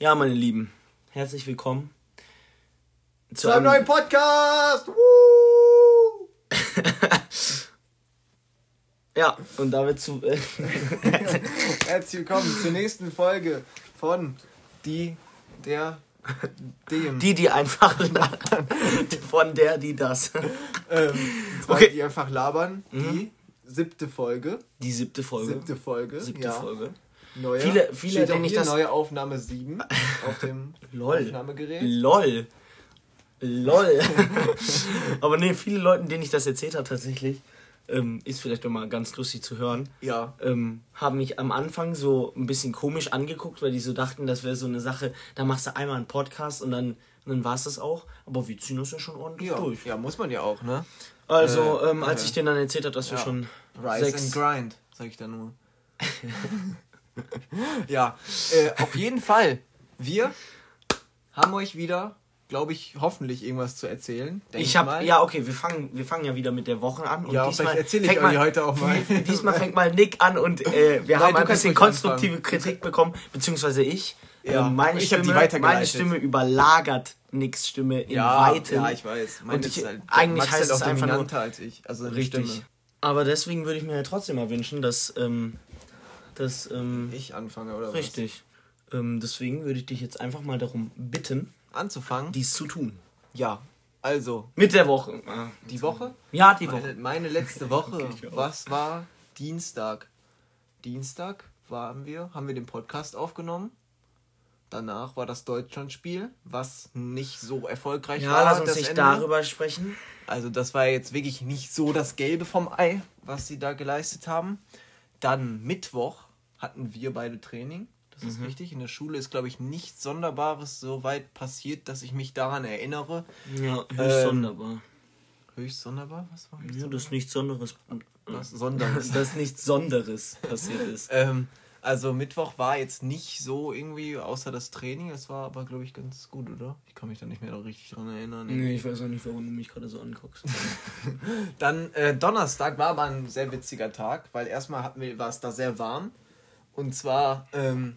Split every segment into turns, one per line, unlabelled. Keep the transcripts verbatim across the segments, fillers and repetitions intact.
Ja, meine Lieben, herzlich willkommen
zu, zu einem, einem neuen Podcast. Woo!
Ja, und damit zu... Äh,
herzlich willkommen zur nächsten Folge von Die, der, dem.
Die, die einfach labern. Von der, die das.
ähm, okay. Die einfach labern. Mhm. Die siebte Folge.
Die siebte Folge.
Siebte Folge,
Siebte
ja.
Folge.
Neue.
Viele, viele
Steht
denke
auch
ich,
hier
das...
neue Aufnahme sieben auf dem
Lol.
Aufnahmegerät.
Lol. Lol. Aber nee, viele Leute, denen ich das erzählt habe tatsächlich, ähm, ist vielleicht nochmal ganz lustig zu hören,
ja.
ähm, haben mich am Anfang so ein bisschen komisch angeguckt, weil die so dachten, das wäre so eine Sache, da machst du einmal einen Podcast und dann, und dann war es das auch. Aber wir ziehen das ja schon ordentlich
ja.
durch.
Ja, muss man ja auch, ne?
Also, äh, ähm, als
äh,
ich denen dann erzählt habe, dass wir
ja.
schon
Rise
sechs...
and Grind, sag ich da nur. Ja, äh, auf jeden Fall. Wir haben euch wieder, glaube ich, hoffentlich irgendwas zu erzählen.
Ich habe, ja, okay, wir fangen, wir fangen ja wieder mit der Woche an. Und
ja,
diesmal
erzähle ich euch heute auch mal.
Diesmal fängt mal Nick an und äh, wir Nein, haben ein bisschen konstruktive anfangen. Kritik bekommen, beziehungsweise ich.
Ja,
ähm, meine,
ich
Stimme, meine Stimme überlagert Nicks Stimme in
ja,
Weitem.
Ja, ich weiß. Meine
und ich,
ist halt,
eigentlich heißt es einfach nur
als ich. Also
richtig.
Stimme.
Aber deswegen würde ich mir halt trotzdem mal wünschen, dass ähm, dass ähm,
ich anfange oder
richtig. was? Ähm, deswegen würde ich dich jetzt einfach mal darum bitten,
anzufangen,
dies zu tun.
Ja, also
mit der Woche.
Ah, die Woche?
Ja, die Woche.
Meine, meine letzte Woche. Okay, was war Dienstag? Dienstag waren wir, haben wir den Podcast aufgenommen. Danach war das Deutschlandspiel, was nicht so erfolgreich
ja,
war.
Ja, lass uns nicht Ende. darüber sprechen.
Also das war jetzt wirklich nicht so das Gelbe vom Ei, was sie da geleistet haben. Dann Mittwoch hatten wir beide Training. Das ist mhm. richtig. In der Schule ist, glaube ich, nichts Sonderbares so weit passiert, dass ich mich daran erinnere.
Ja, höchst ähm, sonderbar.
Höchst sonderbar? Was war höchst
ja, dass nichts Sonderes...
Was? Sonderes.
Dass nichts Sonderes passiert ist.
ähm, also Mittwoch war jetzt nicht so irgendwie, außer das Training. Es war aber, glaube ich, ganz gut, oder? Ich kann mich da nicht mehr noch richtig dran erinnern.
Nee, ich weiß auch nicht, warum du mich gerade so anguckst.
Dann äh, Donnerstag war aber ein sehr witziger Tag, weil erstmal hatten wir, war es da sehr warm. Und zwar, ähm,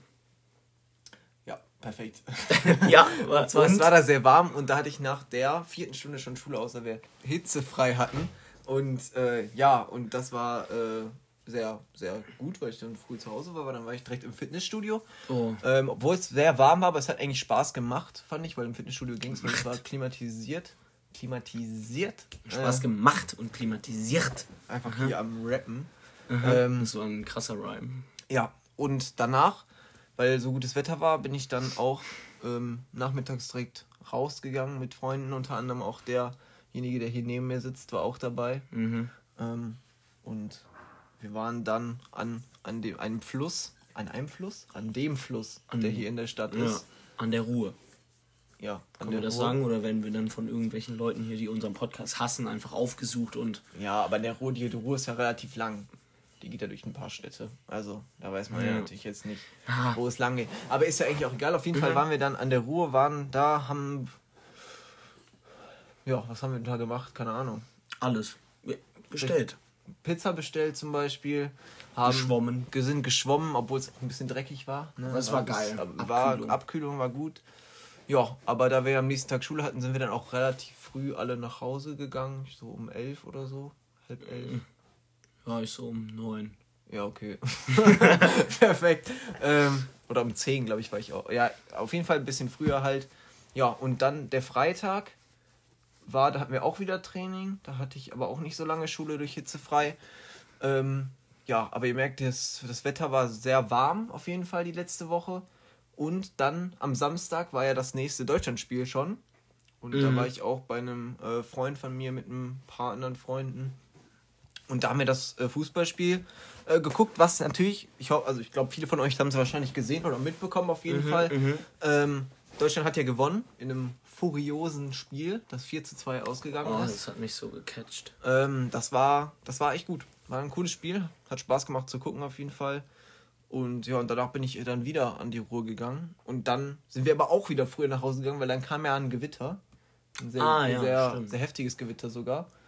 ja, perfekt.
Ja,
war, und zwar, und? Es war da sehr warm und da hatte ich nach der vierten Stunde schon Schule aus, da wir hitzefrei hatten. Und äh, ja, und das war äh, sehr, sehr gut, weil ich dann früh zu Hause war, weil dann war ich direkt im Fitnessstudio.
Oh.
Ähm, obwohl es sehr warm war, aber es hat eigentlich Spaß gemacht, fand ich, weil im Fitnessstudio ging es, weil es war klimatisiert. Klimatisiert.
Spaß äh, gemacht und klimatisiert.
Einfach mhm. hier am Rappen.
Mhm. Ähm, das war ein krasser Rhyme.
Ja, und danach, weil so gutes Wetter war, bin ich dann auch ähm, nachmittags direkt rausgegangen mit Freunden, unter anderem auch derjenige, der hier neben mir sitzt, war auch dabei.
Mhm.
Ähm, und wir waren dann an, an dem, einem Fluss, an einem Fluss? An dem Fluss, an, der hier in der Stadt
ja,
ist.
An der Ruhr.
Ja.
Können wir das Ruhr sagen? Oder werden wir dann von irgendwelchen Leuten hier, die unseren Podcast hassen, einfach aufgesucht und...
Ja, aber der Ruhr, die Ruhr ist ja relativ lang. Die geht ja durch ein paar Städte. Also, da weiß man ja, ja natürlich jetzt nicht, ah. wo es lang geht. Aber ist ja eigentlich auch egal. Auf jeden mhm. Fall waren wir dann an der Ruhr, waren da, haben... Ja, was haben wir da gemacht? Keine Ahnung.
Alles. Bestellt.
Pizza bestellt zum Beispiel. Haben
geschwommen.
Sind geschwommen, obwohl es auch ein bisschen dreckig war. Ne?
Das war, war geil.
Es, war, Abkühlung. Abkühlung war gut. Ja, aber da wir am nächsten Tag Schule hatten, sind wir dann auch relativ früh alle nach Hause gegangen. So um elf oder so. Halb elf.
Ja, ich so um neun.
Ja, okay. Perfekt. Ähm, oder um zehn, glaube ich, war ich auch. Ja, auf jeden Fall ein bisschen früher halt. Ja, und dann der Freitag war, da hatten wir auch wieder Training. Da hatte ich aber auch nicht so lange Schule durch hitzefrei. Ähm, ja, aber ihr merkt, das, das Wetter war sehr warm auf jeden Fall die letzte Woche. Und dann am Samstag war ja das nächste Deutschlandspiel schon. Und mhm. da war ich auch bei einem äh, Freund von mir mit ein paar anderen Freunden. Und da haben wir das äh, Fußballspiel äh, geguckt, was natürlich, ich hoffe, also ich glaube, viele von euch haben es wahrscheinlich gesehen oder mitbekommen auf jeden
mhm,
Fall.
Mhm.
Ähm, Deutschland hat ja gewonnen in einem furiosen Spiel, das vier zu zwei ausgegangen
oh,
ist.
Das hat mich so gecatcht.
Ähm, das war, das war echt gut. War ein cooles Spiel, hat Spaß gemacht zu gucken auf jeden Fall. Und ja, und danach bin ich dann wieder an die Ruhr gegangen. Und dann sind wir aber auch wieder früher nach Hause gegangen, weil dann kam ja ein Gewitter. Ein sehr,
ah, ja,
sehr, sehr heftiges Gewitter sogar.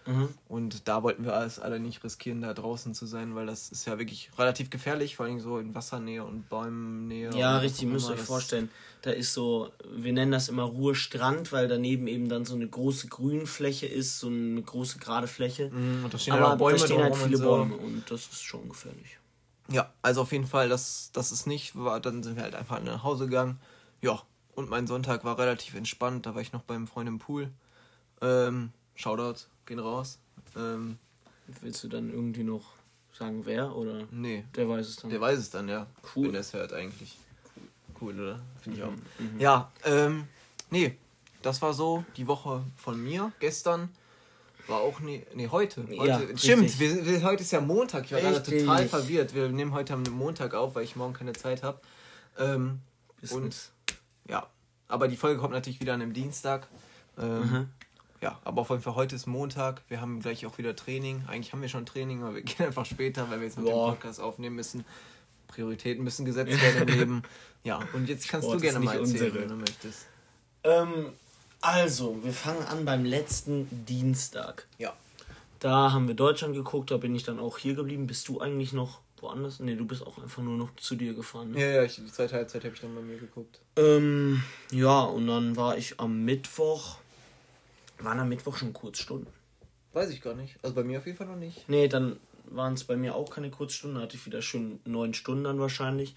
Mhm. Und da wollten wir es alle nicht riskieren, da draußen zu sein, weil das ist ja wirklich relativ gefährlich, vor allem so in Wassernähe und Bäumennähe.
Ja, richtig, ihr müsst euch vorstellen. Da ist so, wir nennen das immer Ruhestrand, weil daneben eben dann so eine große Grünfläche ist, so eine große gerade Fläche. Mhm, und da stehen aber halt Bäume, da stehen halt viele und so. Bäume und das ist schon gefährlich.
Ja, also auf jeden Fall, das, das ist nicht, war, dann sind wir halt einfach nach Hause gegangen. Ja, und mein Sonntag war relativ entspannt, da war ich noch beim Freund im Pool. Ähm, Shoutout, gehen raus. Ähm,
Willst du dann irgendwie noch sagen, wer, oder?
Nee.
Der weiß es dann.
Der weiß es dann, ja.
Cool.
Wenn er es hört eigentlich. Cool, cool oder? Finde ich auch.
Mhm.
Ja, ähm, nee, das war so die Woche von mir. Gestern war auch, nee, nee heute. heute
ja,
stimmt, wir, wir, heute ist ja Montag. Ich war gerade total verwirrt. Wir nehmen heute am Montag auf, weil ich morgen keine Zeit habe. Ähm, und ja, aber die Folge kommt natürlich wieder an einem Dienstag. Ähm, mhm. Ja, aber auf jeden Fall heute ist Montag. Wir haben gleich auch wieder Training. Eigentlich haben wir schon Training, aber wir gehen einfach später, weil wir jetzt mit Boah. dem Podcast aufnehmen müssen. Prioritäten müssen gesetzt werden im Leben. Ja, und jetzt kannst Sport du gerne mal erzählen, wenn du möchtest.
Ähm, also, wir fangen an beim letzten Dienstag.
Ja.
Da haben wir Deutschland geguckt, da bin ich dann auch hier geblieben. Bist du eigentlich noch woanders? Nee, du bist auch einfach nur noch zu dir gefahren. Ne?
Ja, ja, ich, die zweite Halbzeit habe ich dann bei mir geguckt.
Ähm, ja, und dann war ich am Mittwoch... Waren am Mittwoch schon Kurzstunden?
Weiß ich gar nicht. Also bei mir auf jeden Fall noch nicht.
Nee, dann waren es bei mir auch keine Kurzstunden. Da hatte ich wieder schön neun Stunden dann wahrscheinlich.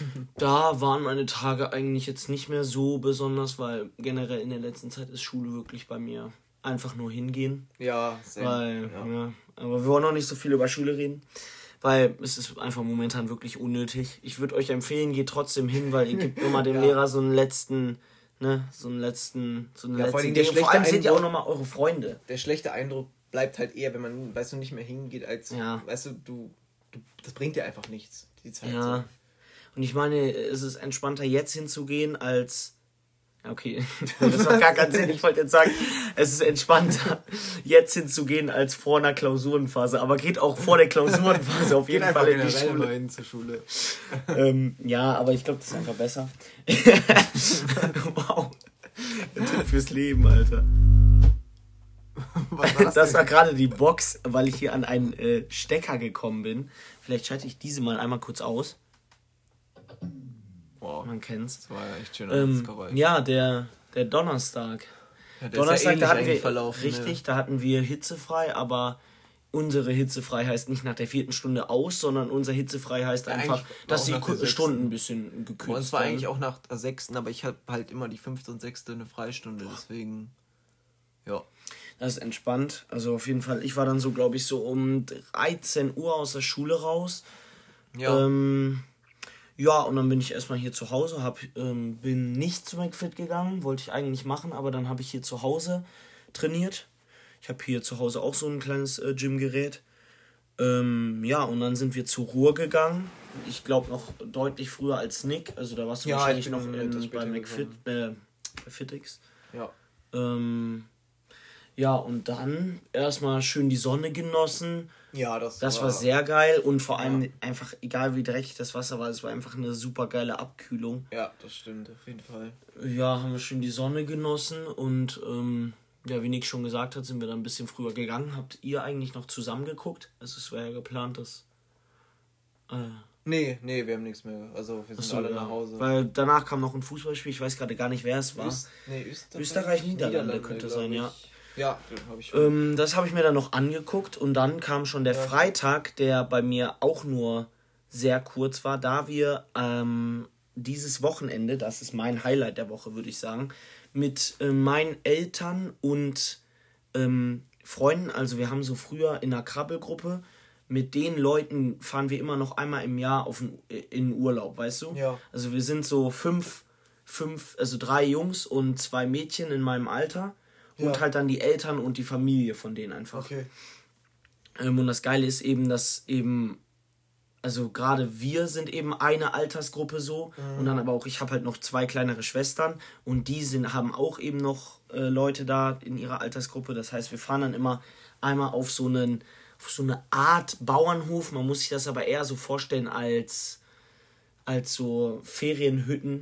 Da waren meine Tage eigentlich jetzt nicht mehr so besonders, weil generell in der letzten Zeit ist Schule wirklich bei mir einfach nur hingehen.
Ja, sehr.
Weil, ja. ja. Aber wir wollen noch nicht so viel über Schule reden. Weil es ist einfach momentan wirklich unnötig. Ich würde euch empfehlen, geht trotzdem hin, weil ihr gebt immer dem ja. Lehrer so einen letzten... Ne, so einen letzten, so einen ja, letzten Ding. Vor allem seht ihr auch nochmal eure Freunde.
Der schlechte Eindruck bleibt halt eher, wenn man, weißt du, nicht mehr hingeht, als, ja. weißt du, du, du, das bringt dir einfach nichts, die Zeit.
Ja, so. Und ich meine, es ist entspannter jetzt hinzugehen, als, okay, das war gar keinen Sinn, ich wollte jetzt sagen, es ist entspannter jetzt hinzugehen, als vor einer Klausurenphase, aber geht auch vor der Klausurenphase auf jeden Fall in die Schule.
Hin zur Schule.
ähm, ja, aber ich glaube, das ist einfach besser. Wow. Ein Tipp fürs Leben, Alter. Was war das das war gerade die Box, weil ich hier an einen äh, Stecker gekommen bin. Vielleicht schalte ich diese mal einmal kurz aus.
Wow.
Man kennt's.
Das war ja echt schön.
Ähm, ja, der, der Donnerstag.
Ja, der Donnerstag,
ist ja da hatten wir, verlaufen, richtig, ja. Da hatten wir hitzefrei, aber unsere hitzefrei heißt nicht nach der vierten Stunde aus, sondern unser hitzefrei heißt ja, einfach, dass die Stunden ein bisschen gekürzt werden.
Und zwar eigentlich auch nach der sechsten, aber ich habe halt immer die fünfte und sechste eine Freistunde, deswegen, ja.
Das ist entspannt, also auf jeden Fall. Ich war dann so, glaube ich, so um dreizehn Uhr aus der Schule raus. Ja. Ähm, ja, und dann bin ich erstmal hier zu Hause, hab, ähm, bin nicht zu McFit gegangen, wollte ich eigentlich machen, aber dann habe ich hier zu Hause trainiert. Ich habe hier zu Hause auch so ein kleines äh, Gymgerät. Ähm, ja, und dann sind wir zur Ruhr gegangen. Ich glaube noch deutlich früher als Nick. Also da warst du ja, wahrscheinlich noch in, bei McFit, äh, bei FitX.
Ja.
Ähm, ja, und dann erstmal schön die Sonne genossen.
Ja, das,
das war... Das war sehr geil. Und vor allem ja. einfach, egal wie dreckig das Wasser war, es war einfach eine super geile Abkühlung.
Ja, das stimmt, auf jeden Fall.
Ja, haben wir schön die Sonne genossen und... Ähm, ja, wie Nick schon gesagt hat, sind wir dann ein bisschen früher gegangen. Habt ihr eigentlich noch zusammen geguckt? Also es war ja geplant, dass... Äh,
nee, nee, wir haben nichts mehr. Also wir sind so, alle ja. nach Hause.
Weil danach kam noch ein Fußballspiel, ich weiß gerade gar nicht, wer es war. Öst,
nee, Österreich,
Österreich, Niederlande, Niederlande könnte sein,
ich.
ja.
Ja, habe ich schon.
Ähm, das habe ich mir dann noch angeguckt und dann kam schon der ja. Freitag, der bei mir auch nur sehr kurz war, da wir ähm, dieses Wochenende, das ist mein Highlight der Woche, würde ich sagen, mit äh, meinen Eltern und ähm, Freunden, also wir haben so früher in einer Krabbelgruppe, mit den Leuten fahren wir immer noch einmal im Jahr auf ein, in Urlaub, weißt du?
Ja.
Also wir sind so fünf, fünf, also drei Jungs und zwei Mädchen in meinem Alter ja. und halt dann die Eltern und die Familie von denen einfach.
Okay.
Ähm, und das Geile ist eben, dass eben also gerade wir sind eben eine Altersgruppe so mhm. und dann aber auch, ich habe halt noch zwei kleinere Schwestern und die sind, haben auch eben noch äh, Leute da in ihrer Altersgruppe. Das heißt, wir fahren dann immer einmal auf so, einen, auf so eine Art Bauernhof. Man muss sich das aber eher so vorstellen als, als so Ferienhütten.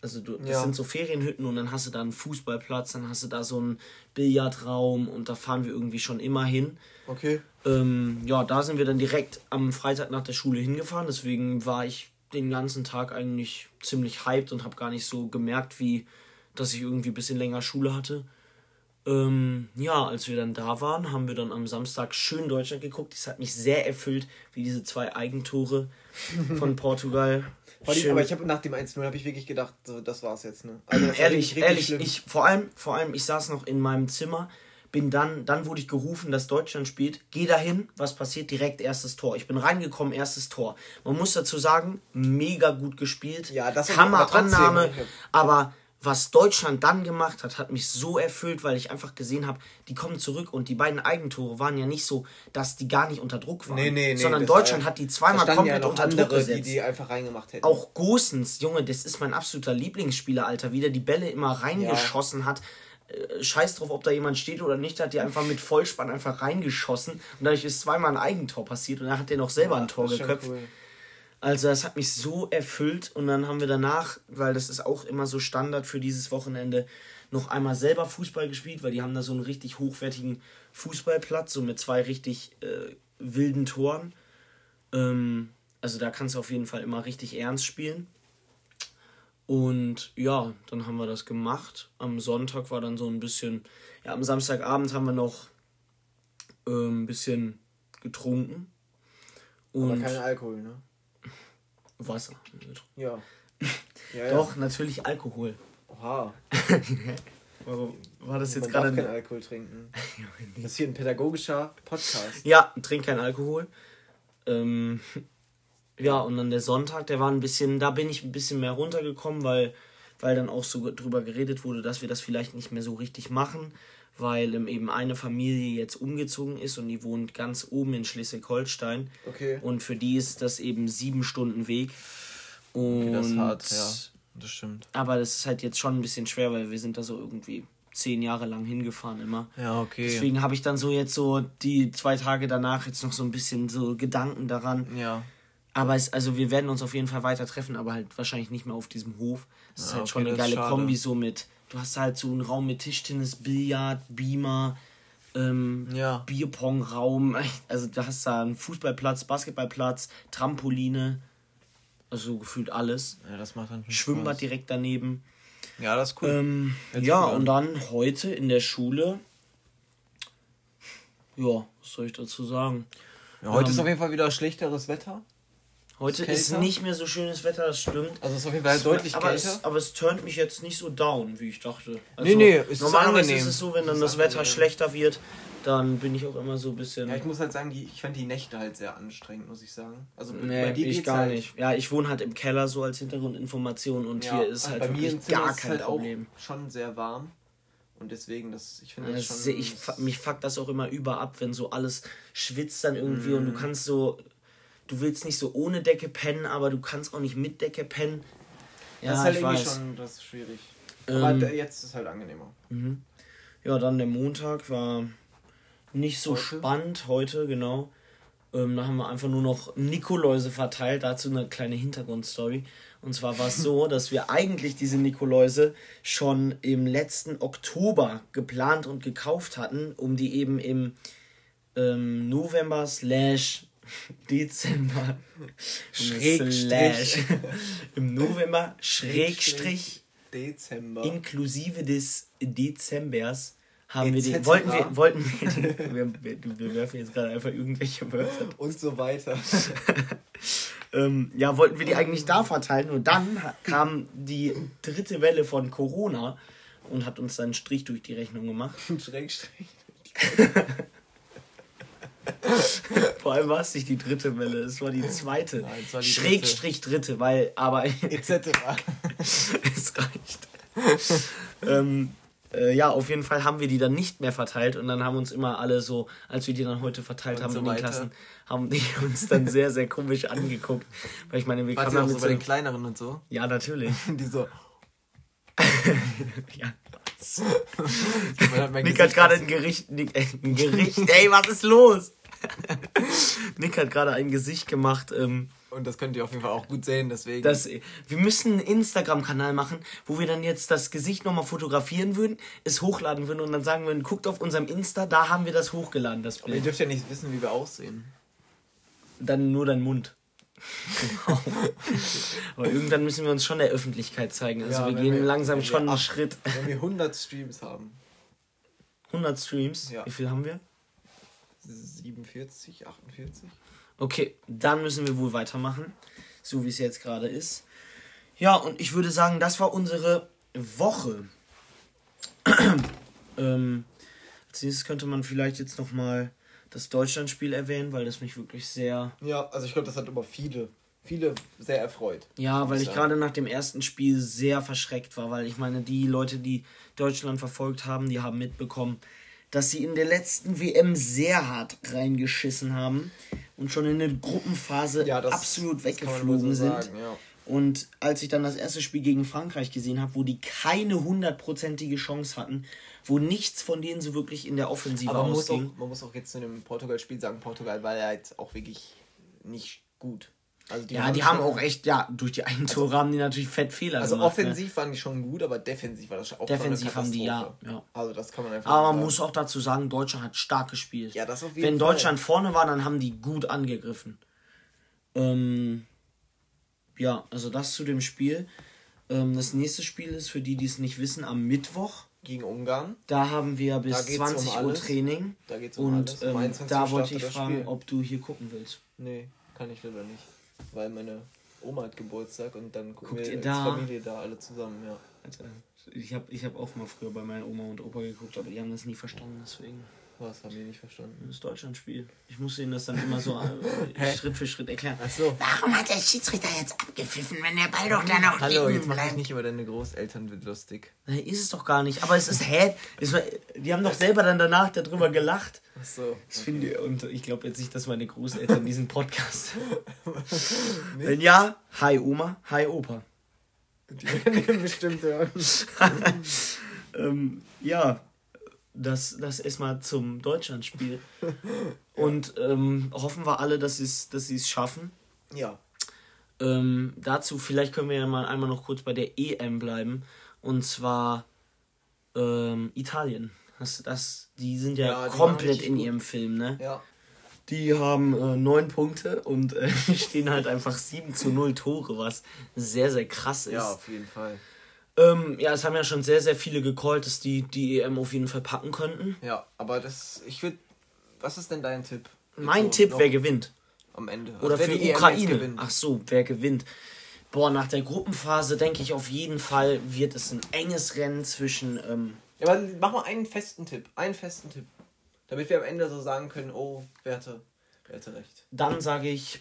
Also du, das
Ja.
sind so Ferienhütten und dann hast du da einen Fußballplatz, dann hast du da so einen Billardraum und da fahren wir irgendwie schon immer hin.
Okay.
Ähm, ja, da sind wir dann direkt am Freitag nach der Schule hingefahren, deswegen war ich den ganzen Tag eigentlich ziemlich hyped und habe gar nicht so gemerkt, wie, dass ich irgendwie ein bisschen länger Schule hatte. Ähm, ja, als wir dann da waren, haben wir dann am Samstag schön Deutschland geguckt. Das hat mich sehr erfüllt, wie diese zwei Eigentore von Portugal.
Die, aber ich habe nach dem eins null habe ich wirklich gedacht, so, das war's jetzt. Ne? Also das
ehrlich, ehrlich, schlimm. ich vor allem, vor allem, ich saß noch in meinem Zimmer, bin dann, dann wurde ich gerufen, dass Deutschland spielt. Geh dahin, was passiert? Direkt erstes Tor. Ich bin reingekommen, erstes Tor. Man muss dazu sagen, mega gut gespielt. Ja, das Hammer Annahme, aber was Deutschland dann gemacht hat, hat mich so erfüllt, weil ich einfach gesehen habe, die kommen zurück und die beiden Eigentore waren ja nicht so, dass die gar nicht unter Druck waren, nee, nee, nee, sondern Deutschland war, hat die zweimal komplett ja unter andere, Druck gesetzt. Die, die einfach reingemacht hätten. Auch Gosens, Junge, das ist mein absoluter Lieblingsspieler, Alter, wie der die Bälle immer reingeschossen ja. hat. Scheiß drauf, ob da jemand steht oder nicht, hat die einfach mit Vollspann einfach reingeschossen und dadurch ist zweimal ein Eigentor passiert und dann hat der noch selber ja, ein Tor geköpft. Cool. Also das hat mich so erfüllt und dann haben wir danach, weil das ist auch immer so Standard für dieses Wochenende, noch einmal selber Fußball gespielt, weil die haben da so einen richtig hochwertigen Fußballplatz, so mit zwei richtig äh, wilden Toren. Ähm, also da kannst du auf jeden Fall immer richtig ernst spielen. Und ja, dann haben wir das gemacht. Am Sonntag war dann so ein bisschen, ja, am Samstagabend haben wir noch äh, ein bisschen getrunken. Und aber kein Alkohol, ne? Wasser. Ja. ja Doch, ja. natürlich Alkohol. Oha. Warum war das jetzt gerade? Man darf kein Alkohol trinken.
Das ist hier ein pädagogischer Podcast.
Ja, trink kein Alkohol. Ähm, ja, und dann der Sonntag, der war ein bisschen, da bin ich ein bisschen mehr runtergekommen, weil, weil dann auch so drüber geredet wurde, dass wir das vielleicht nicht mehr so richtig machen, weil ähm, eben eine Familie jetzt umgezogen ist und die wohnt ganz oben in Schleswig-Holstein. Okay. Und für die ist das eben sieben Stunden Weg. Und okay, das ist hart, ja. Das stimmt. Aber das ist halt jetzt schon ein bisschen schwer, weil wir sind da so irgendwie zehn Jahre lang hingefahren immer. Ja, okay. Deswegen habe ich dann so jetzt so die zwei Tage danach jetzt noch so ein bisschen so Gedanken daran. Ja. Aber es, also wir werden uns auf jeden Fall weiter treffen, aber halt wahrscheinlich nicht mehr auf diesem Hof. Das ja, ist halt okay, schon eine geile Kombi so mit... Du hast halt so einen Raum mit Tischtennis, Billard, Beamer, ähm, ja. Bierpongraum. Also da hast du da einen Fußballplatz, Basketballplatz, Trampoline. Also gefühlt alles. Ja, das macht dann Schwimmbad Spaß. Direkt daneben. Ja, das ist cool. Ähm, ja, und dann heute in der Schule. Ja, was soll ich dazu sagen?
Ja, heute ähm, ist auf jeden Fall wieder schlechteres Wetter.
Heute ist, ist nicht mehr so schönes Wetter, das stimmt.
Also es ist auf jeden Fall es, deutlich
aber
kälter.
Es, aber es turnt mich jetzt nicht so down, wie ich dachte. Also nee, nee, es normalerweise ist, ist es so, wenn dann das Wetter schlechter wird, dann bin ich auch immer so ein bisschen...
Ja, ich muss halt sagen, die, ich fand die Nächte halt sehr anstrengend, muss ich sagen. Also
nee,
bei dir
ich gar halt nicht. Ja, ich wohne halt im Keller so als Hintergrundinformation und ja, hier ist halt bei wirklich mir gar kein halt Problem.
Auch schon sehr warm. Und deswegen, das, ich finde
das,
das schon...
Ich, mich fuckt das auch immer über ab, wenn so alles schwitzt dann irgendwie mm. und du kannst so... Du willst nicht so ohne Decke pennen, aber du kannst auch nicht mit Decke pennen. Ja,
das ist halt irgendwie weiß. schon das ist schwierig. Ähm, aber jetzt ist es halt angenehmer.
Mhm. Ja, dann der Montag war nicht so heute? spannend heute, genau. Ähm, da haben wir einfach nur noch Nikoläuse verteilt. Dazu eine kleine Hintergrundstory. Und zwar war es so, dass wir eigentlich diese Nikoläuse schon im letzten Oktober geplant und gekauft hatten, um die eben im ähm, November slash Dezember Schrägstrich im November Schrägstrich Dezember inklusive des Dezembers haben wir den, wollten wir wollten wir, wir, wir werfen jetzt gerade einfach irgendwelche Wörter
und so weiter
ähm, ja, wollten wir die eigentlich da verteilen und dann kam die dritte Welle von Corona und hat uns dann einen Strich durch die Rechnung gemacht. Schrägstrich Vor allem war es nicht die dritte Welle, es war die zweite. Nein, es war die Schrägstrich dritte. dritte, weil, aber... et cetera. Es reicht. ähm, äh, ja, auf jeden Fall haben wir die dann nicht mehr verteilt und dann haben uns immer alle so, als wir die dann heute verteilt und haben so in den weiter. Klassen, haben die uns dann sehr, sehr komisch angeguckt. Weil ich meine, wir kamen
auch so bei den kleineren und so?
Ja, natürlich.
Die so...
ja. Nick hat gerade ein Gericht, Nick, ein Gericht, ey, was ist los? Nick hat gerade ein Gesicht gemacht. Ähm,
und das könnt ihr auf jeden Fall auch gut sehen, deswegen.
Das, wir müssen einen Instagram-Kanal machen, wo wir dann jetzt das Gesicht nochmal fotografieren würden, es hochladen würden und dann sagen würden, guckt auf unserem Insta, da haben wir das hochgeladen, das Bild.
Aber ihr dürft ja nicht wissen, wie wir aussehen.
Dann nur dein Mund. Aber irgendwann müssen wir uns schon der Öffentlichkeit zeigen. Also ja, wir gehen wir, langsam schon einen Schritt.
Wenn wir hundert Streams haben.
hundert Streams? Ja. Wie viel haben wir?
siebenundvierzig, achtundvierzig.
Okay, dann müssen wir wohl weitermachen, so wie es jetzt gerade ist. Ja, und ich würde sagen, das war unsere Woche. ähm, als nächstes könnte man vielleicht jetzt nochmal das Deutschlandspiel erwähnen, weil das mich wirklich sehr...
Ja, also ich glaube, das hat aber viele, viele sehr erfreut.
Ja, weil ich gerade nach dem ersten Spiel sehr verschreckt war, weil ich meine, die Leute, die Deutschland verfolgt haben, die haben mitbekommen, dass sie in der letzten W M sehr hart reingeschissen haben und schon in der Gruppenphase ja, das, absolut weggeflogen so sind. Sagen, ja. Und als ich dann das erste Spiel gegen Frankreich gesehen habe, wo die keine hundertprozentige Chance hatten, wo nichts von denen so wirklich in der Offensive
Aber man
ausging.
Muss auch, man muss auch jetzt zu dem Portugal-Spiel sagen, Portugal war ja jetzt auch wirklich nicht gut. Also die
ja,
haben
die haben auch echt, ja, durch die Eigentore also, haben die natürlich fett Fehler
also
gemacht.
Also offensiv ne? waren die schon gut, aber defensiv war das auch
defensiv haben die, ja, ja.
Also das kann man einfach
Aber man sagen. muss auch dazu sagen, Deutschland hat stark gespielt.
Ja, das auf jeden
Wenn
Fall.
Deutschland vorne war, dann haben die gut angegriffen. Ähm, ja, also das zu dem Spiel. Ähm, das nächste Spiel ist, für die, die es nicht wissen, am Mittwoch.
Gegen Ungarn.
Da haben wir bis zwanzig Uhr Training.
Da geht's um
und
alles.
Ähm, da wollte ich fragen, Spiel. ob du hier gucken willst.
Nee, kann ich leider nicht. Weil meine Oma hat Geburtstag und dann gucken
Guckt
wir
ihr
als
da?
Familie da alle zusammen, ja.
Alter, ich habe ich hab auch mal früher bei meiner Oma und Opa geguckt, aber die haben das nie verstanden, deswegen.
Was haben die nicht verstanden?
Das Deutschlandspiel. Ich musste ihnen das dann immer so Schritt für Schritt erklären.
Ach so.
Warum hat der Schiedsrichter jetzt abgepfiffen, wenn der Ball doch da noch
Hallo, jetzt mach ich nicht über deine Großeltern lustig.
Na, ist es doch gar nicht. Aber es ist, hä? Es, die haben doch selber dann danach darüber gelacht.
Ach so.
Das okay. finde ich, und ich glaube jetzt nicht, dass meine Großeltern diesen Podcast... Wenn ja, hi Oma, hi Opa.
Die werden den bestimmt hören.
ähm, ja... Das, das erstmal zum Deutschlandspiel. Und ähm, hoffen wir alle, dass sie es dass sie es schaffen.
Ja.
Ähm, dazu, vielleicht können wir ja mal einmal noch kurz bei der E M bleiben. Und zwar ähm, Italien. Das, das, die sind ja, ja die komplett in gut. ihrem Film, ne?
Ja.
Die haben äh, neun Punkte und äh, stehen halt einfach sieben zu null Tore, was sehr, sehr krass ist.
Ja, auf jeden Fall.
Ähm, ja, es haben ja schon sehr, sehr viele gecallt, dass die die E M auf jeden Fall packen könnten.
Ja, aber das, ich würde, was ist denn dein Tipp?
Mein so Tipp, wer gewinnt?
Am Ende.
Oder also für die Ukraine. Ach so, wer gewinnt? Boah, nach der Gruppenphase denke ich auf jeden Fall wird es ein enges Rennen zwischen... Ähm
ja, aber mach mal einen festen Tipp, einen festen Tipp. Damit wir am Ende so sagen können, oh, wer hatte, wer hatte recht.
Dann sage ich...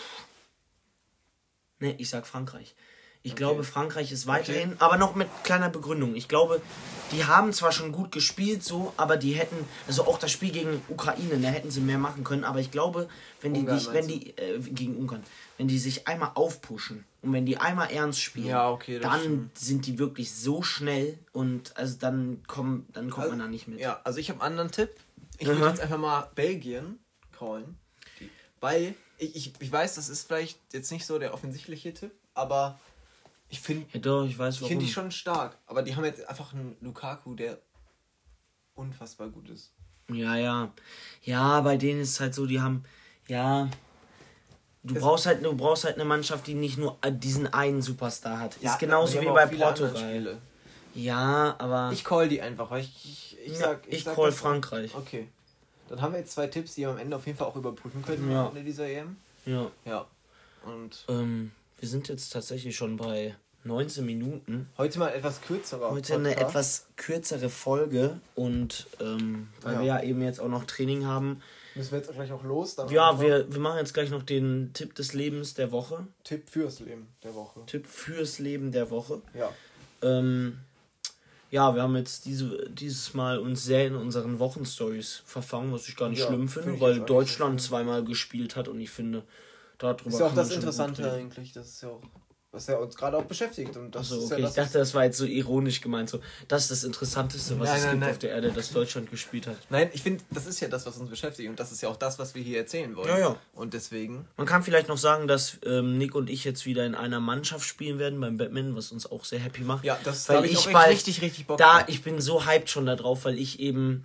Ne, ich sag Frankreich. Ich okay. glaube, Frankreich ist weiterhin, okay. aber noch mit kleiner Begründung. Ich glaube, die haben zwar schon gut gespielt, so, aber die hätten, also auch das Spiel gegen Ukraine, da hätten sie mehr machen können. Aber ich glaube, wenn die,
Ungarn,
dich, wenn die äh, gegen Ungarn, wenn die sich einmal aufpushen und wenn die einmal ernst spielen,
ja, okay,
dann
stimmt.
sind die wirklich so schnell und also dann kommen, dann kommt
also,
man da nicht mit.
Ja, also ich habe einen anderen Tipp. Ich würde jetzt einfach mal Belgien callen, weil ich, ich, ich weiß, das ist vielleicht jetzt nicht so der offensichtliche Tipp, aber ich finde
ja, doch, ich weiß,
ich finde die schon stark. Aber die haben jetzt einfach einen Lukaku, der unfassbar gut ist.
Ja, ja. Ja, bei denen ist es halt so, die haben, ja, du das brauchst halt, du brauchst halt eine Mannschaft, die nicht nur diesen einen Superstar hat. Ja, ist genauso wie bei Portugal. Ja, aber...
Ich call die einfach, weil ich, ich, ich
ja,
sag...
Ich, ich sag call Frankreich.
Okay. Dann haben wir jetzt zwei Tipps, die wir am Ende auf jeden Fall auch überprüfen können
ja.
am Ende dieser E M.
Ja.
Ja. Und...
Ähm, wir sind jetzt tatsächlich schon bei neunzehn Minuten.
Heute mal etwas kürzerer
Heute Podcast. Eine etwas kürzere Folge und ähm, weil ja. wir ja eben jetzt auch noch Training haben.
Müssen wir jetzt gleich auch los? Dann
ja, wir, wir machen jetzt gleich noch den Tipp des Lebens der Woche.
Tipp fürs Leben der Woche.
Tipp fürs Leben der Woche.
Ja.
Ähm, ja, wir haben jetzt diese, dieses Mal uns sehr in unseren Wochenstories verfangen, was ich gar nicht ja, schlimm finde, find weil Deutschland zweimal gespielt hat und ich finde, darüber
ist ja auch das Interessante eigentlich, das ist ja auch... was ja uns gerade auch beschäftigt. Und das
Achso,
ist
okay,
ja das,
ich dachte, das war jetzt so ironisch gemeint. So, das ist das Interessanteste, was
nein,
es
nein,
gibt
nein.
auf der Erde, dass Deutschland gespielt hat.
Nein, ich finde, das ist ja das, was uns beschäftigt und das ist ja auch das, was wir hier erzählen wollen.
Ja, ja.
Und deswegen...
Man kann vielleicht noch sagen, dass ähm, Nick und ich jetzt wieder in einer Mannschaft spielen werden beim Badminton, was uns auch sehr happy macht.
Ja, das
weil
habe ich
ich
auch echt
bald
richtig, richtig Bock
da,
drauf.
ich bin so hyped schon da drauf, weil ich eben,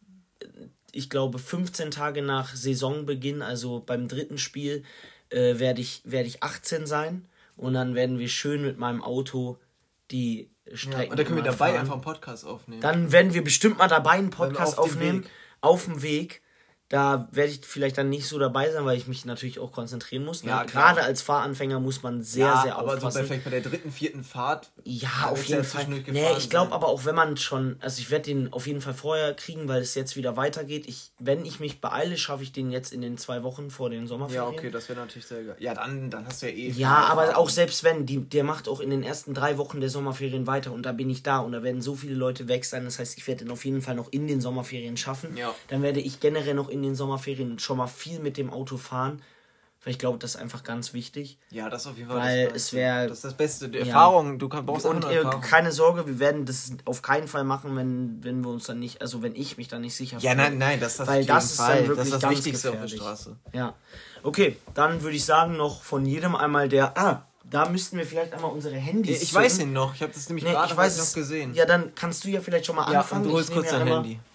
ich glaube, fünfzehn Tage nach Saisonbeginn, also beim dritten Spiel, äh, werde ich, werde ich achtzehn sein. Und dann werden wir schön mit meinem Auto die Strecken
ja, und dann können wir dabei
fahren.
einfach einen Podcast aufnehmen.
Dann werden wir bestimmt mal dabei einen Podcast
auf dem
aufnehmen.
Weg.
Auf dem Weg. Da werde ich vielleicht dann nicht so dabei sein, weil ich mich natürlich auch konzentrieren muss. Ne?
Ja,
gerade als Fahranfänger muss man sehr,
ja,
sehr
aber
aufpassen.
so vielleicht bei der dritten, vierten Fahrt.
Ja, auf jeden Fall. Nee, ich glaube aber auch, wenn man schon, also ich werde den auf jeden Fall vorher kriegen, weil es jetzt wieder weitergeht. Ich, wenn ich mich beeile, schaffe ich den jetzt in den zwei Wochen vor den Sommerferien.
Ja, okay, das wäre natürlich sehr geil. Ja, dann, dann hast du ja eh...
Ja, aber Fahrten. Auch selbst wenn, die, der macht auch in den ersten drei Wochen der Sommerferien weiter und da bin ich da und da werden so viele Leute weg sein. Das heißt, ich werde den auf jeden Fall noch in den Sommerferien schaffen.
Ja.
Dann werde ich generell noch in den Sommerferien schon mal viel mit dem Auto fahren. Weil ich glaube, das ist einfach ganz wichtig.
Ja, das auf jeden Fall.
Weil
das
es wäre...
Das ist das Beste. Die
ja.
Erfahrung, du kann, brauchst
Und
auch Erfahrung.
keine Sorge, wir werden das auf keinen Fall machen, wenn, wenn wir uns dann nicht... Also wenn ich mich dann nicht sicher
Ja, fühle. nein, nein, das ist das
Weil das ist
Fall.
dann wirklich
das ist das
ganz
Wichtigste
gefährlich.
auf der Straße.
Ja. Okay, dann würde ich sagen, noch von jedem einmal der... Ah, da müssten wir vielleicht einmal unsere Handys...
Ich weiß den noch. Ich habe das nämlich
nee,
gerade
noch
gesehen.
Ja, dann kannst du ja vielleicht schon mal
ja,
anfangen.
Ja, du holst kurz dein
einmal...
Handy.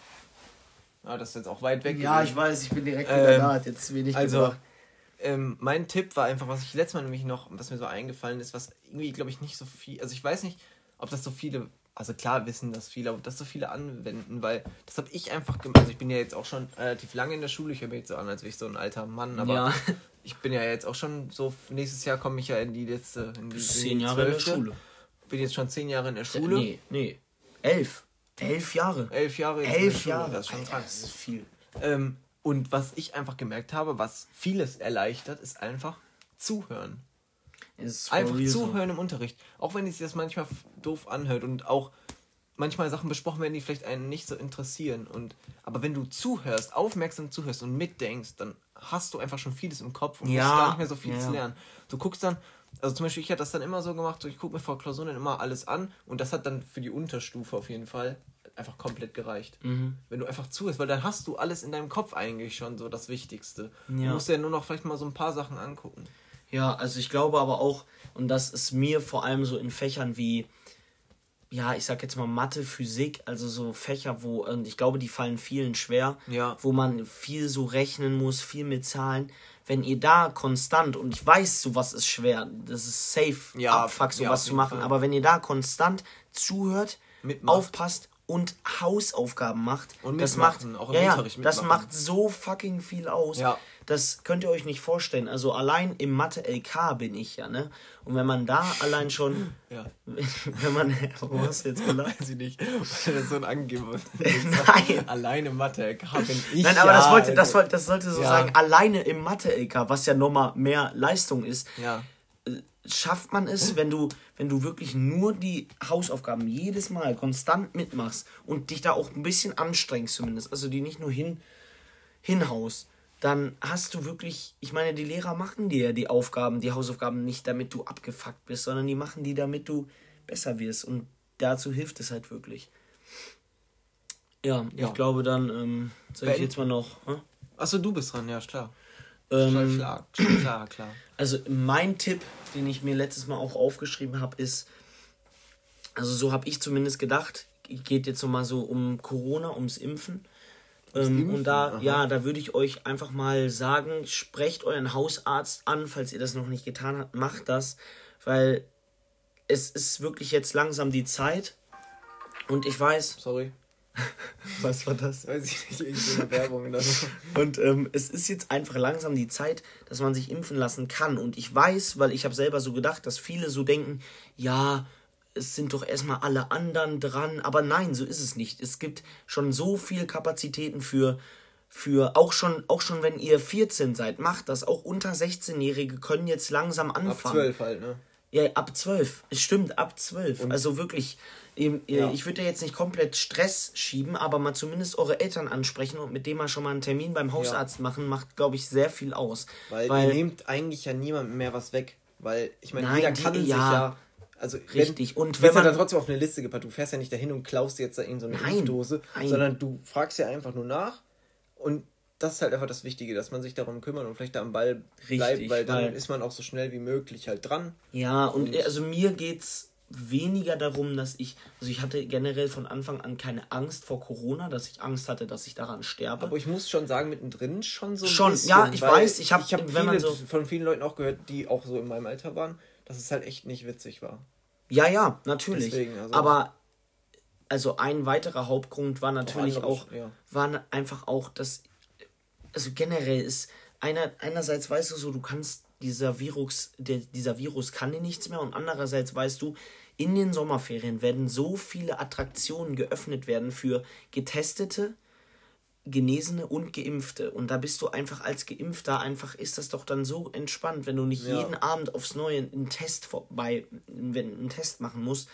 Ah, das ist jetzt auch weit weg.
Ja, gewesen. Ich weiß, ich bin direkt wieder ähm, da. Hat jetzt wenig
also,
gebracht.
Ähm, mein Tipp war einfach, was ich letztes Mal nämlich noch, was mir so eingefallen ist, was irgendwie, glaube ich, nicht so viel, also ich weiß nicht, ob das so viele, also klar wissen das viele, aber das so viele anwenden, weil das habe ich einfach gemacht, also ich bin ja jetzt auch schon relativ lange in der Schule, ich höre mir jetzt so an, als wäre ich so ein alter Mann, aber ja. Ich bin ja jetzt auch schon so, nächstes Jahr komme ich ja in die letzte, in die,
zehn
in die
Jahre in der Schule.
Bin jetzt schon zehn Jahre in der Schule.
Nee, nee, elf. Elf Jahre.
Elf Jahre.
Elf Jahre.
Das ist schon
krass. Das ist viel.
Ähm, und was ich einfach gemerkt habe, was vieles erleichtert, ist einfach zuhören. Ist einfach zuhören so. Im Unterricht. Auch wenn sich das manchmal doof anhört und auch manchmal Sachen besprochen werden, die vielleicht einen nicht so interessieren. Und, aber wenn du zuhörst, aufmerksam zuhörst und mitdenkst, dann hast du einfach schon vieles im Kopf und ja. musst gar nicht mehr so viel ja. lernen. Du guckst dann, also zum Beispiel, ich hatte das dann immer so gemacht, so ich gucke mir vor Klausuren dann immer alles an und das hat dann für die Unterstufe auf jeden Fall einfach komplett gereicht. Mhm. Wenn du einfach zuhörst, weil dann hast du alles in deinem Kopf eigentlich schon so das Wichtigste. Ja. Du musst ja nur noch vielleicht mal so ein paar Sachen angucken.
Ja, also ich glaube aber auch, und das ist mir vor allem so in Fächern wie, ja, ich sag jetzt mal Mathe, Physik, also so Fächer, wo, und ich glaube, die fallen vielen schwer,
ja.
wo man viel so rechnen muss, viel mit Zahlen. Wenn ihr da konstant, und ich weiß, sowas ist schwer, das ist safe,
ja,
Abfuck, sowas
ja,
zu machen, Fall. Aber wenn ihr da konstant zuhört, mitmacht. Aufpasst und Hausaufgaben macht, und das macht, auch im ja, Unterricht ja, das macht so fucking viel aus.
Ja.
Das könnt ihr euch nicht vorstellen. Also allein im Mathe-L K bin ich ja, ne? Und wenn man da allein schon...
Ja.
Wenn man... Warum hast du jetzt gelacht?
Weiß ich nicht. Weil das so ein Angebot
Nein.
Allein im Mathe-L K bin ich
Nein, aber
ja,
das, wollte, das, wollte, das sollte so
ja.
sagen, alleine im Mathe-L K, was ja nochmal mehr Leistung ist,
ja.
schafft man es, wenn du, wenn du wirklich nur die Hausaufgaben jedes Mal konstant mitmachst und dich da auch ein bisschen anstrengst zumindest, also die nicht nur hin, hinhaust, dann hast du wirklich, ich meine, die Lehrer machen dir ja die Aufgaben, die Hausaufgaben nicht, damit du abgefuckt bist, sondern die machen die, damit du besser wirst. Und dazu hilft es halt wirklich. Ja, ja. Ich glaube dann, ähm, sag ich jetzt mal noch. Hm?
Achso, du bist dran, ja, klar.
Ähm,
klar, klar, klar.
Also mein Tipp, den ich mir letztes Mal auch aufgeschrieben habe, ist, also so habe ich zumindest gedacht, geht jetzt nochmal so um Corona, ums Impfen. Ähm, und da, Aha. ja, da würde ich euch einfach mal sagen, sprecht euren Hausarzt an, falls ihr das noch nicht getan habt, macht das, weil es ist wirklich jetzt langsam die Zeit und ich weiß...
Sorry.
Was war das?
Weiß ich nicht, irgendeine Werbung oder so.
Und ähm, es ist jetzt einfach langsam die Zeit, dass man sich impfen lassen kann und ich weiß, weil ich habe selber so gedacht, dass viele so denken, ja... es sind doch erstmal alle anderen dran, aber nein, so ist es nicht. Es gibt schon so viel Kapazitäten für, für auch schon, auch schon wenn ihr vierzehn seid, macht das. Auch unter sechzehnjährige können jetzt langsam anfangen.
Ab zwölf halt, ne?
Ja, ab zwölf. Es stimmt, ab zwölf. Und also wirklich, ihr, ja. ich würde ja jetzt nicht komplett Stress schieben, aber mal zumindest eure Eltern ansprechen und mit dem mal schon mal einen Termin beim Hausarzt ja. machen, macht, glaube ich, sehr viel aus.
Weil, weil ihr nehmt eigentlich ja niemandem mehr was weg. Weil, ich meine, jeder kann die, sich ja... ja also,
richtig.
Wenn, und wenn man ja dann trotzdem auf eine Liste gepackt, du fährst ja nicht dahin und klaust jetzt da in so eine nein, Impfdose, nein. sondern du fragst ja einfach nur nach und das ist halt einfach das Wichtige, dass man sich darum kümmert und vielleicht da am Ball bleibt, richtig, weil dann weil ist man auch so schnell wie möglich halt dran.
Ja, und, und also mir geht's weniger darum, dass ich, also ich hatte generell von Anfang an keine Angst vor Corona, dass ich Angst hatte, dass ich daran sterbe.
Aber ich muss schon sagen, mittendrin schon so ein
schon, bisschen. Schon, ja, ich weiß, ich habe
ich hab viele, so von vielen Leuten auch gehört, die auch so in meinem Alter waren, dass es halt echt nicht witzig war.
Ja, ja, natürlich. Deswegen, also aber also ein weiterer Hauptgrund war natürlich auch, auch ja. war einfach auch, dass also generell ist einer einerseits weißt du so, du kannst dieser Virus, der, dieser Virus kann dir nichts mehr und andererseits weißt du, in den Sommerferien werden so viele Attraktionen geöffnet werden für Getestete, Genesene und Geimpfte. Und da bist du einfach als Geimpfter, einfach ist das doch dann so entspannt, wenn du nicht ja. jeden Abend aufs Neue einen Test vorbei, einen Test machen musst.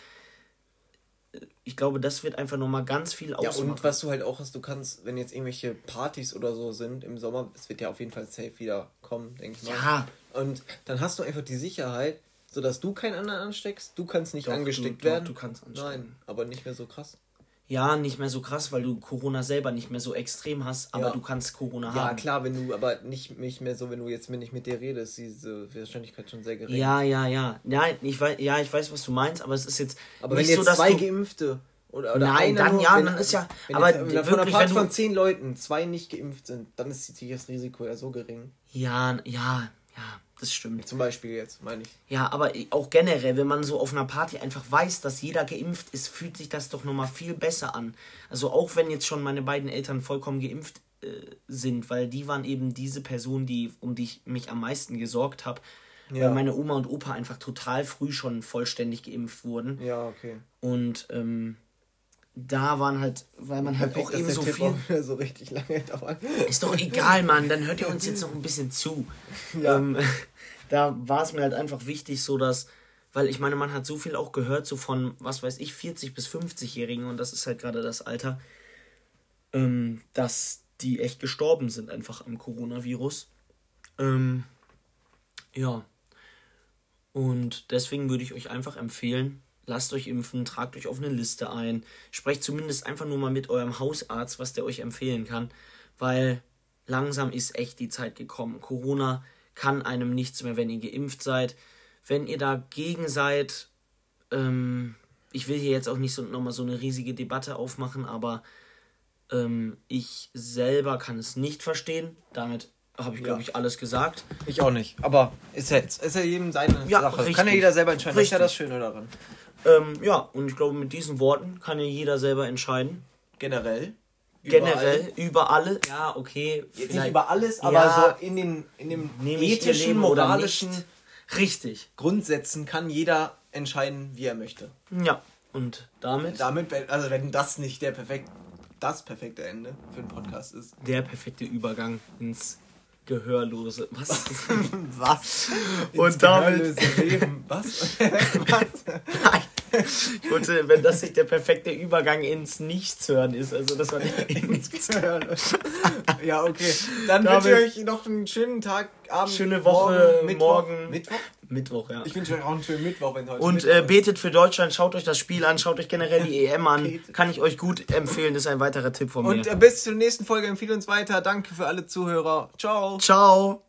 Ich glaube, das wird einfach nochmal ganz viel
ausmachen. Ja, und was du halt auch hast, du kannst, wenn jetzt irgendwelche Partys oder so sind im Sommer, es wird ja auf jeden Fall safe wieder kommen, denke ich mal. Ja. Und dann hast du einfach die Sicherheit, sodass du keinen anderen ansteckst, du kannst nicht doch, angesteckt du, werden. Doch, du kannst anstecken. Nein, aber nicht mehr so krass.
Ja, nicht mehr so krass, weil du Corona selber nicht mehr so extrem hast, aber ja. du kannst Corona
ja,
haben.
Ja, klar, wenn du, aber nicht, nicht mehr so, wenn du jetzt nicht mit dir redest, diese Wahrscheinlichkeit schon sehr gering.
Ja, ja, ja. Ja, ich weiß, ja, ich weiß, was du meinst, aber es ist jetzt
aber nicht wenn jetzt so, dass zwei du... Geimpfte oder, oder
nein, dann nur, ja, wenn, dann ist ja,
wenn
aber
jetzt, wenn wirklich, von einer von zehn Leuten zwei nicht geimpft sind, dann ist das Risiko ja so gering.
Ja, ja, ja. Das stimmt.
Zum Beispiel jetzt, meine ich.
Ja, aber auch generell, wenn man so auf einer Party einfach weiß, dass jeder geimpft ist, fühlt sich das doch nochmal viel besser an. Also auch wenn jetzt schon meine beiden Eltern vollkommen geimpft äh, sind, weil die waren eben diese Person, die, um die ich mich am meisten gesorgt habe. Ja. Weil meine Oma und Opa einfach total früh schon vollständig geimpft wurden.
Ja, okay.
Und ähm, da waren halt, weil man halt auch eben so
Tipp
viel...
Auch so richtig lange dauert.
Ist doch egal, Mann, dann hört ihr uns jetzt noch ein bisschen zu. Ja. Ähm, da war es mir halt einfach wichtig, so dass, weil ich meine, man hat so viel auch gehört, so von, was weiß ich, vierzig- bis fünfzig-Jährigen, und das ist halt gerade das Alter, ähm, dass die echt gestorben sind einfach am Coronavirus. Ähm, ja. Und deswegen würde ich euch einfach empfehlen, lasst euch impfen, tragt euch auf eine Liste ein, sprecht zumindest einfach nur mal mit eurem Hausarzt, was der euch empfehlen kann, weil langsam ist echt die Zeit gekommen. Corona kann einem nichts mehr, wenn ihr geimpft seid. Wenn ihr dagegen seid, ähm, ich will hier jetzt auch nicht so, nochmal so eine riesige Debatte aufmachen, aber ähm, ich selber kann es nicht verstehen. Damit habe ich, glaube ich, alles gesagt.
Ich auch nicht, aber ist ja, ist ja jedem seine ja, Sache. Richtig. Kann ja jeder selber entscheiden. Richtig. Das ist ja das Schöne daran.
Ähm, ja, und ich glaube, mit diesen Worten kann ja jeder selber entscheiden.
Generell.
Generell, über alle. Ja, okay.
Jetzt nicht über alles, aber ja, so in, den, in dem ethischen, moralischen
richtig.
Grundsätzen kann jeder entscheiden, wie er möchte.
Ja, und damit?
Damit, also wenn das nicht der perfekt, das perfekte Ende für einen Podcast ist.
Der perfekte Übergang ins Gehörlose. Was?
Was?
Ins und damit.
Leben. Was?
Was? Nein. Ich wollte, wenn das nicht der perfekte Übergang ins Nichtshören ist, also das war nicht ins
Hören. Ja, okay. Dann wünsche ich euch noch einen schönen Tag, Abend,
schöne Woche,
morgen.
morgen
Mittwoch?
Mittwoch, ja.
Ich wünsche euch auch einen schönen Mittwoch, wenn heute
Und äh, betet für Deutschland, schaut euch das Spiel an, schaut euch generell die E M an. Kann ich euch gut empfehlen, das ist ein weiterer Tipp von mir.
Und äh, bis zur nächsten Folge, empfehle uns weiter. Danke für alle Zuhörer. Ciao.
Ciao.